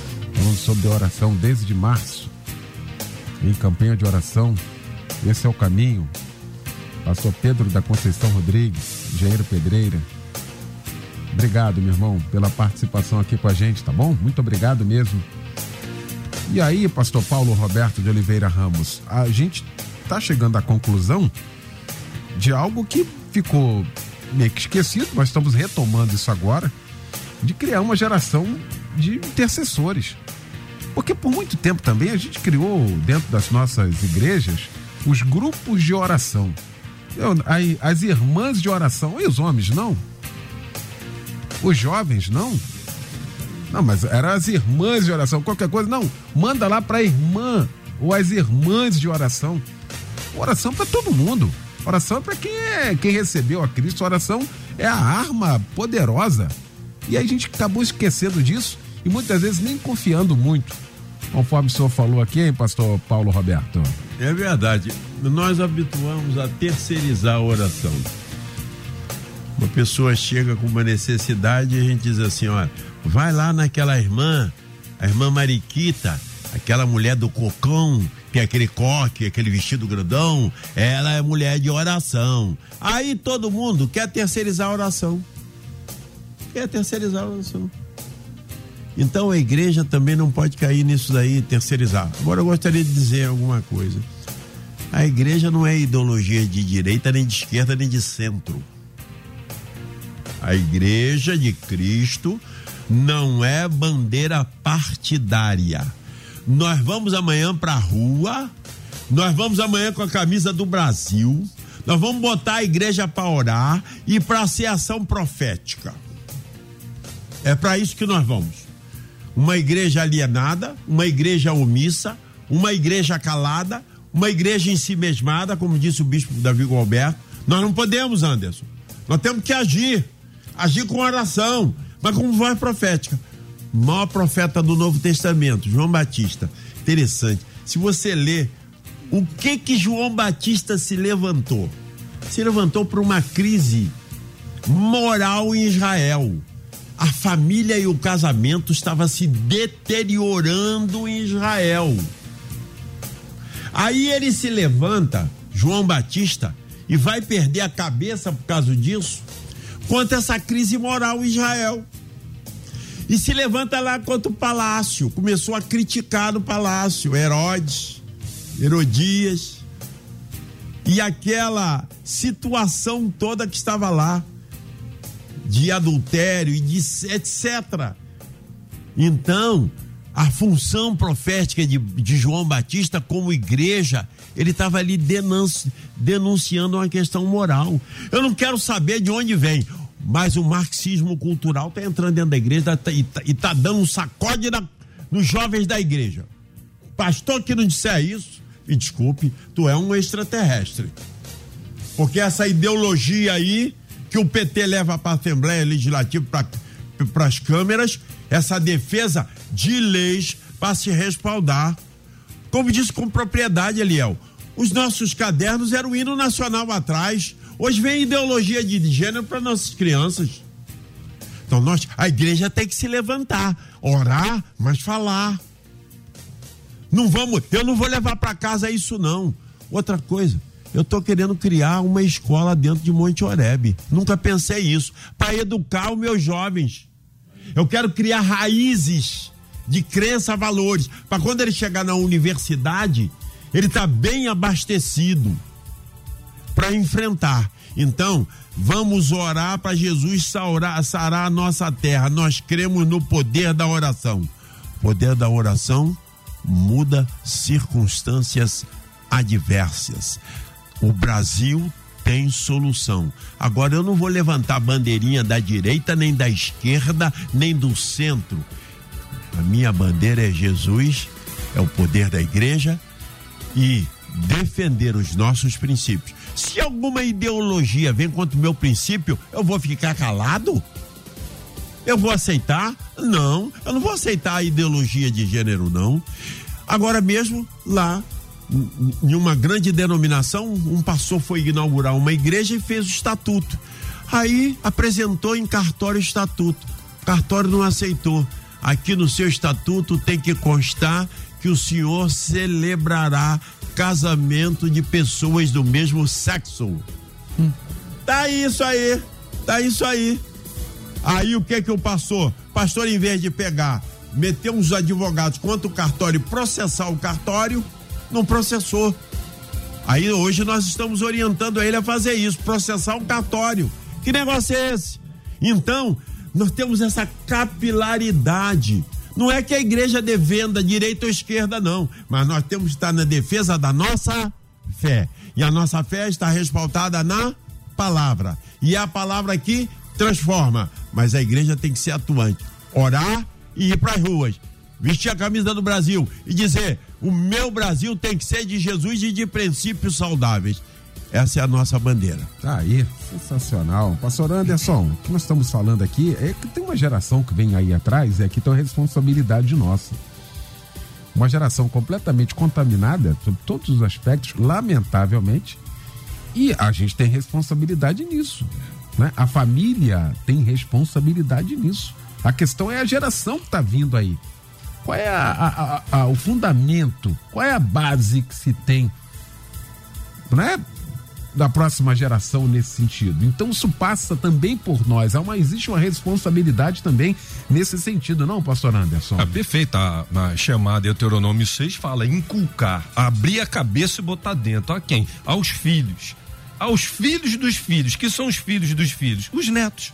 falando sobre oração desde março, em campanha de oração. Esse é o caminho. Pastor Pedro da Conceição Rodrigues, engenheiro pedreira. Obrigado, meu irmão, pela participação aqui com a gente, tá bom? Muito obrigado mesmo. E aí, pastor Paulo Roberto de Oliveira Ramos, a gente tá chegando à conclusão de algo que ficou meio que esquecido, nós estamos retomando isso agora, de criar uma geração de intercessores. Porque por muito tempo também a gente criou dentro das nossas igrejas os grupos de oração. Eu, as irmãs de oração, e os homens não? Os jovens não? Não, mas eram as irmãs de oração, qualquer coisa, não, manda lá para a irmã ou as irmãs de oração. Oração para todo mundo. Oração é para quem é, quem recebeu a Cristo. Oração é a arma poderosa. E aí a gente acabou esquecendo disso e muitas vezes nem confiando muito. Conforme o senhor falou aqui, hein, pastor Paulo Roberto? É verdade. Nós habituamos a terceirizar a oração. Uma pessoa chega com uma necessidade e a gente diz assim, olha, vai lá naquela irmã, a irmã Mariquita, aquela mulher do cocão, que é aquele coque, aquele vestido grandão, ela é mulher de oração. Aí todo mundo quer terceirizar a oração. Quer terceirizar a oração. Então a igreja também não pode cair nisso daí, terceirizar. Agora eu gostaria de dizer alguma coisa. A igreja não é ideologia de direita, nem de esquerda, nem de centro. A igreja de Cristo não é bandeira partidária. Nós vamos amanhã para a rua, nós vamos amanhã com a camisa do Brasil, nós vamos botar a igreja para orar e para ser ação profética. É para isso que nós vamos. Uma igreja alienada, uma igreja omissa, uma igreja calada, uma igreja ensimesmada, como disse o bispo Davi Gualberto. Nós não podemos, Anderson. Nós temos que agir. Agir com oração, mas com voz profética. O maior profeta do Novo Testamento, João Batista. Interessante. Se você ler o que que João Batista se levantou, se levantou para uma crise moral em Israel. A família e o casamento estavam se deteriorando em Israel. Aí ele se levanta, João Batista, e vai perder a cabeça por causa disso, contra essa crise moral em Israel. E se levanta lá contra o palácio, começou a criticar o palácio, Herodes, Herodias, e aquela situação toda que estava lá, de adultério e de etcétera. Então, a função profética de, de João Batista como igreja, ele estava ali denunci, denunciando uma questão moral. Eu não quero saber de onde vem, mas o marxismo cultural está entrando dentro da igreja e está tá dando um sacode na, nos jovens da igreja. Pastor que não disser isso, me desculpe, tu é um extraterrestre. Porque essa ideologia aí que o P T leva para a Assembleia Legislativa, para as câmeras, essa defesa de leis para se respaldar. Como disse com propriedade, Eliel, os nossos cadernos eram o hino nacional atrás. Hoje vem ideologia de gênero para nossas crianças. Então nós, a igreja tem que se levantar, orar, mas falar. Não vamos, eu não vou levar para casa isso não. Outra coisa, eu estou querendo criar uma escola dentro de Monte Oreb. Nunca pensei isso. Para educar os meus jovens. Eu quero criar raízes de crença, valores. Para quando ele chegar na universidade, ele está bem abastecido para enfrentar. Então, vamos orar para Jesus sarar, sarar a nossa terra. Nós cremos no poder da oração. O poder da oração muda circunstâncias adversas. O Brasil tem solução. Agora, eu não vou levantar a bandeirinha da direita, nem da esquerda, nem do centro. A minha bandeira é Jesus, é o poder da igreja e defender os nossos princípios. Se alguma ideologia vem contra o meu princípio, eu vou ficar calado? Eu vou aceitar? Não, eu não vou aceitar a ideologia de gênero, não. Agora mesmo, lá, em uma grande denominação, um pastor foi inaugurar uma igreja e fez o estatuto. Aí apresentou em cartório o estatuto. O cartório não aceitou. aqui no seu estatuto tem que constar que o senhor celebrará casamento de pessoas do mesmo sexo. Hum. Tá isso aí, tá isso aí. Aí o que que o pastor? Pastor, em vez de pegar, meter uns advogados contra o cartório e processar o cartório, não processou. Aí hoje nós estamos orientando ele a fazer isso, processar o cartório. Que negócio é esse? Então, nós temos essa capilaridade. Não é que a igreja defenda direita ou esquerda, não, mas nós temos que estar na defesa da nossa fé. E a nossa fé está respaldada na palavra. E a palavra aqui transforma, mas a igreja tem que ser atuante, orar e ir para as ruas, vestir a camisa do Brasil e dizer: o meu Brasil tem que ser de Jesus e de princípios saudáveis. Essa é a nossa bandeira. Tá aí, sensacional. Pastor Anderson, o que nós estamos falando aqui é que tem uma geração que vem aí atrás, é que tem uma responsabilidade nossa. Uma geração completamente contaminada sobre todos os aspectos, lamentavelmente, e a gente tem responsabilidade nisso, né? A família tem responsabilidade nisso. A questão é a geração que está vindo aí. Qual é a, a, a, a, o fundamento, qual é a base que se tem, né, da próxima geração nesse sentido? Então isso passa também por nós. Há uma, existe uma responsabilidade também nesse sentido, não, pastor Anderson? Ah, perfeito. A, a chamada Deuteronômio seis fala inculcar, abrir a cabeça e botar dentro. A quem? Aos filhos. Aos filhos dos filhos. Que são os filhos dos filhos? Os netos.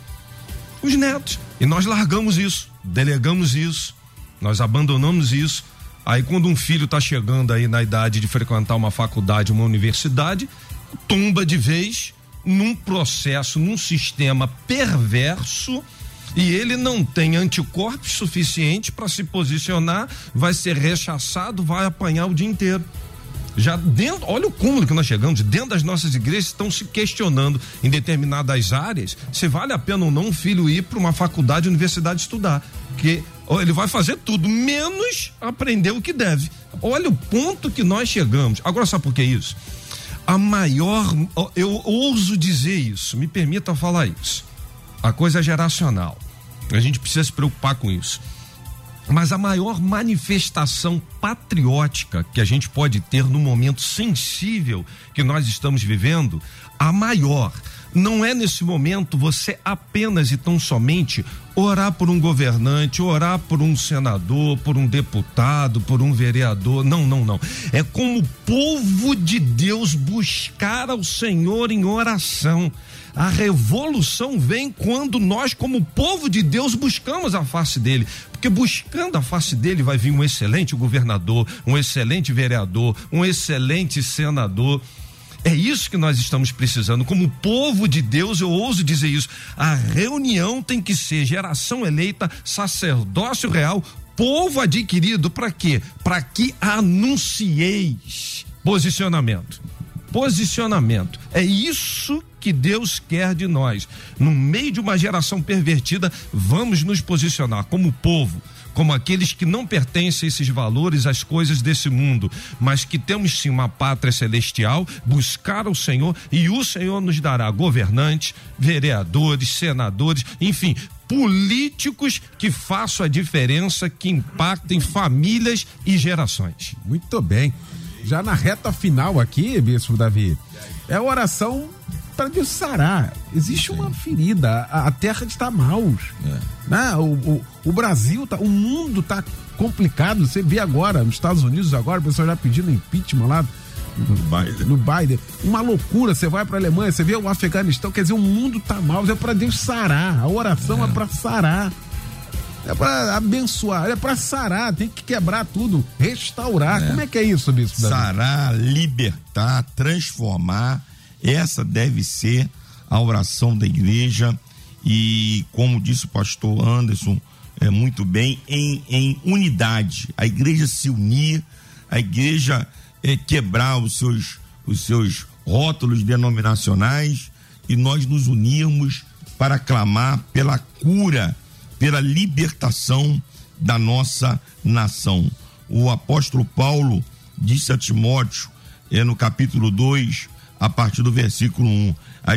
Os netos. E nós largamos isso, delegamos isso, nós abandonamos isso. Aí quando um filho está chegando aí na idade de frequentar uma faculdade, uma universidade, tomba de vez num processo, num sistema perverso, e ele não tem anticorpos suficiente para se posicionar, vai ser rechaçado, vai apanhar o dia inteiro. Já dentro, olha o cúmulo que nós chegamos, dentro das nossas igrejas estão se questionando em determinadas áreas se vale a pena ou não um filho ir para uma faculdade, universidade estudar, porque ele vai fazer tudo, menos aprender o que deve. Olha o ponto que nós chegamos. Agora, sabe por que isso? A maior, eu ouso dizer isso, me permita falar isso, a coisa é geracional, a gente precisa se preocupar com isso, mas a maior manifestação patriótica que a gente pode ter no momento sensível que nós estamos vivendo, a maior, não é nesse momento você apenas e tão somente orar por um governante, orar por um senador, por um deputado, por um vereador, não, não, não, é como o povo de Deus buscar ao Senhor em oração. A revolução vem quando nós, como povo de Deus, buscamos a face dele, porque buscando a face dele vai vir um excelente governador, um excelente vereador, um excelente senador. É isso que nós estamos precisando, como povo de Deus, eu ouso dizer isso. A reunião tem que ser geração eleita, sacerdócio real, povo adquirido, para quê? Para que anuncieis posicionamento. Posicionamento. É isso que Deus quer de nós. No meio de uma geração pervertida, vamos nos posicionar como povo, como aqueles que não pertencem a esses valores, às coisas desse mundo, mas que temos sim uma pátria celestial, buscar o Senhor, e o Senhor nos dará governantes, vereadores, senadores, enfim, políticos que façam a diferença, que impactem famílias e gerações. Muito bem. Já na reta final aqui, Bispo Davi, é a oração para Deus sarar. Existe uma ferida, a, a terra está maus, é. né? o, o, o Brasil, tá, o mundo está complicado. Você vê agora, nos Estados Unidos agora, o pessoal já pedindo impeachment lá no Biden. no Biden, uma loucura. Você vai para a Alemanha, você vê o Afeganistão, quer dizer, o mundo está mau, é para Deus sarar. A oração é, é para sarar, é para abençoar, é para sarar, tem que quebrar tudo, restaurar. É. Como é que é isso, Bispo Davi? Sarar, libertar, transformar. Essa deve ser a oração da igreja, e como disse o pastor Anderson é, muito bem, em, em unidade, a igreja se unir, a igreja é, quebrar os seus, os seus rótulos denominacionais, e nós nos unirmos para clamar pela cura, pela libertação da nossa nação. O apóstolo Paulo disse a Timóteo, é, no capítulo dois, a partir do versículo um,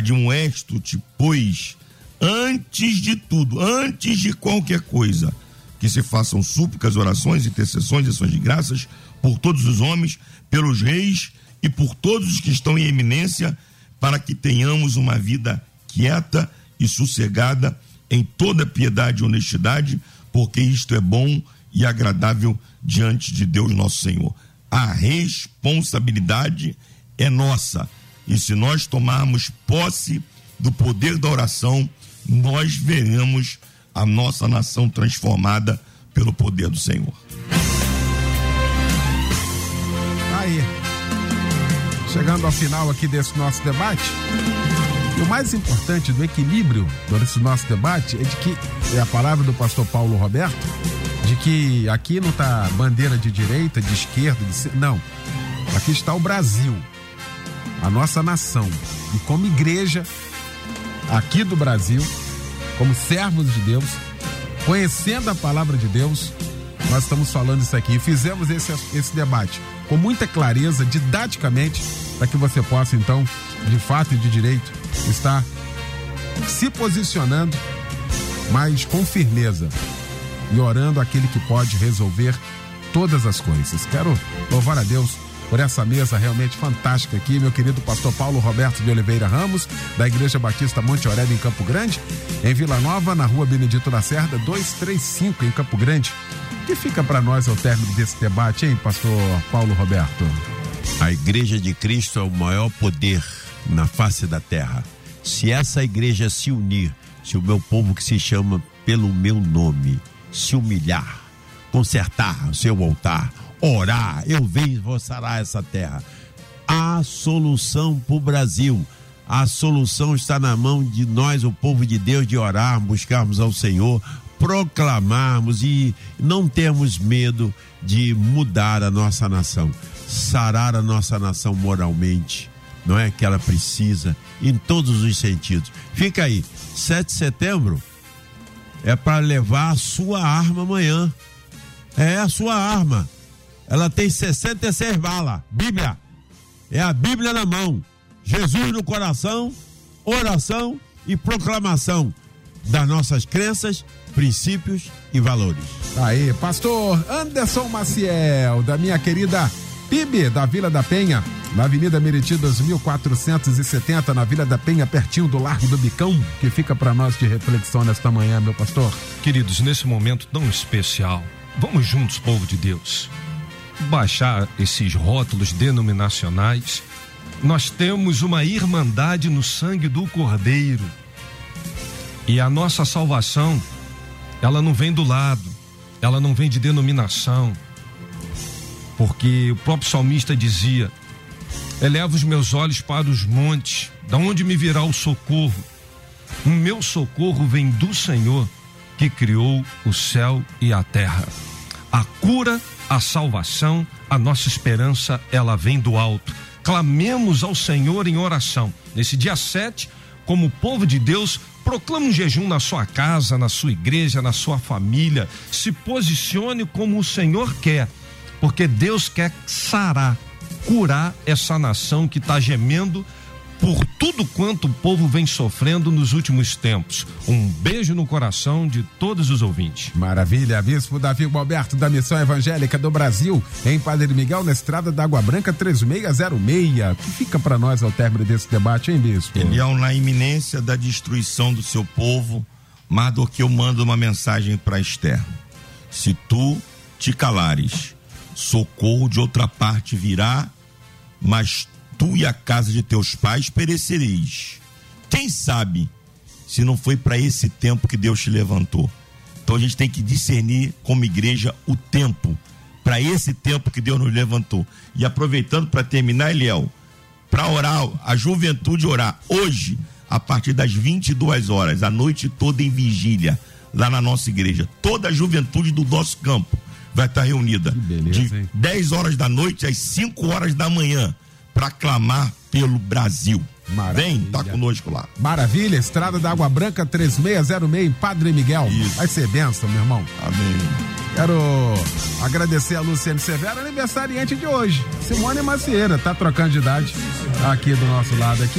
admoesto-te, pois, antes de tudo, antes de qualquer coisa, que se façam súplicas, orações, intercessões e ações de graças por todos os homens, pelos reis e por todos os que estão em eminência, para que tenhamos uma vida quieta e sossegada em toda piedade e honestidade, porque isto é bom e agradável diante de Deus nosso Senhor. A responsabilidade é nossa, e se nós tomarmos posse do poder da oração, nós veremos a nossa nação transformada pelo poder do Senhor. Aí, chegando ao final aqui desse nosso debate, e o mais importante do equilíbrio desse nosso debate é de que, é a palavra do pastor Paulo Roberto, de que aqui não está bandeira de direita, de esquerda, de... não, aqui está o Brasil, a nossa nação, e como igreja aqui do Brasil, como servos de Deus, conhecendo a palavra de Deus, nós estamos falando isso aqui, e fizemos esse, esse debate com muita clareza, didaticamente, para que você possa então, de fato e de direito, estar se posicionando, mas com firmeza, e orando aquele que pode resolver todas as coisas. Quero louvar a Deus por essa mesa realmente fantástica aqui, meu querido pastor Paulo Roberto de Oliveira Ramos, da Igreja Batista Monte Aurélio, em Campo Grande, em Vila Nova, na rua Benedito Lacerda, duzentos e trinta e cinco, em Campo Grande. O que fica para nós ao término desse debate, hein, pastor Paulo Roberto? A Igreja de Cristo é o maior poder na face da terra. Se essa igreja se unir, se o meu povo que se chama pelo meu nome se humilhar, consertar o seu altar, orar, eu venho e vou sarar essa terra. A solução para o Brasil, a solução está na mão de nós, o povo de Deus, de orar, buscarmos ao Senhor, proclamarmos e não termos medo de mudar a nossa nação, sarar a nossa nação moralmente, não é que ela precisa, em todos os sentidos. Fica aí, sete de setembro é para levar a sua arma amanhã. É a sua arma. Ela tem sessenta e seis balas. Bíblia. É a Bíblia na mão. Jesus no coração, oração e proclamação das nossas crenças, princípios e valores. Aí, pastor Anderson Maciel, da minha querida P I B, da Vila da Penha, na Avenida Meritidas mil quatrocentos e setenta, na Vila da Penha, pertinho do Largo do Bicão, que fica para nós de reflexão nesta manhã, meu pastor. Queridos, nesse momento tão especial, vamos juntos, povo de Deus, baixar esses rótulos denominacionais. Nós temos uma irmandade no sangue do Cordeiro, e a nossa salvação, ela não vem do lado, ela não vem de denominação, porque o próprio salmista dizia: eleva os meus olhos para os montes, da onde me virá o socorro? O meu socorro vem do Senhor, que criou o céu e a terra. A cura, a salvação, a nossa esperança, ela vem do alto. Clamemos ao Senhor em oração. Nesse dia sete, como povo de Deus, proclame um jejum na sua casa, na sua igreja, na sua família. Se posicione como o Senhor quer, porque Deus quer sarar, curar essa nação que está gemendo por tudo quanto o povo vem sofrendo nos últimos tempos. Um beijo no coração de todos os ouvintes. Maravilha. Bispo Davi Alberto, da Missão Evangélica do Brasil, em Padre Miguel, na Estrada da Água Branca, três seis zero seis. O que fica para nós ao término desse debate, hein, bispo? Ele é na iminência da destruição do seu povo, mais do que eu mando uma mensagem para Esther: se tu te calares, socorro de outra parte virá, mas tu e a casa de teus pais perecereis. Quem sabe se não foi para esse tempo que Deus te levantou? Então a gente tem que discernir como igreja o tempo, para esse tempo que Deus nos levantou. E aproveitando para terminar, Eliel, para orar, a juventude orar hoje, a partir das vinte e duas horas, a noite toda em vigília, lá na nossa igreja. Toda a juventude do nosso campo vai estar reunida, beleza, de hein? dez horas da noite às cinco horas da manhã, para clamar pelo Brasil. Maravilha. Vem, tá conosco lá. Maravilha, Estrada da Água Branca, três seis zero seis, em Padre Miguel. Isso. Vai ser bênção, meu irmão. Amém. Quero agradecer a Luciane Severo, aniversariante de hoje. Simone Macieira, tá trocando de idade aqui do nosso lado aqui.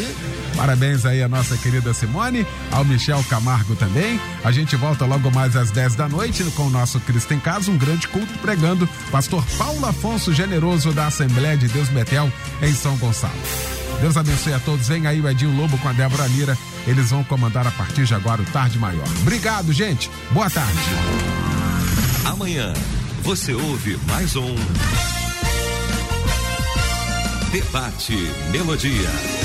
Parabéns aí a nossa querida Simone, ao Michel Camargo também. A gente volta logo mais às dez da noite com o nosso Cristo em Casa, um grande culto pregando pastor Paulo Afonso Generoso da Assembleia de Deus Betel em São Gonçalo. Deus abençoe a todos. Vem aí o Edinho Lobo com a Débora Lira. Eles vão comandar a partir de agora o Tarde Maior. Obrigado, gente. Boa tarde. Amanhã você ouve mais um Debate Melodia.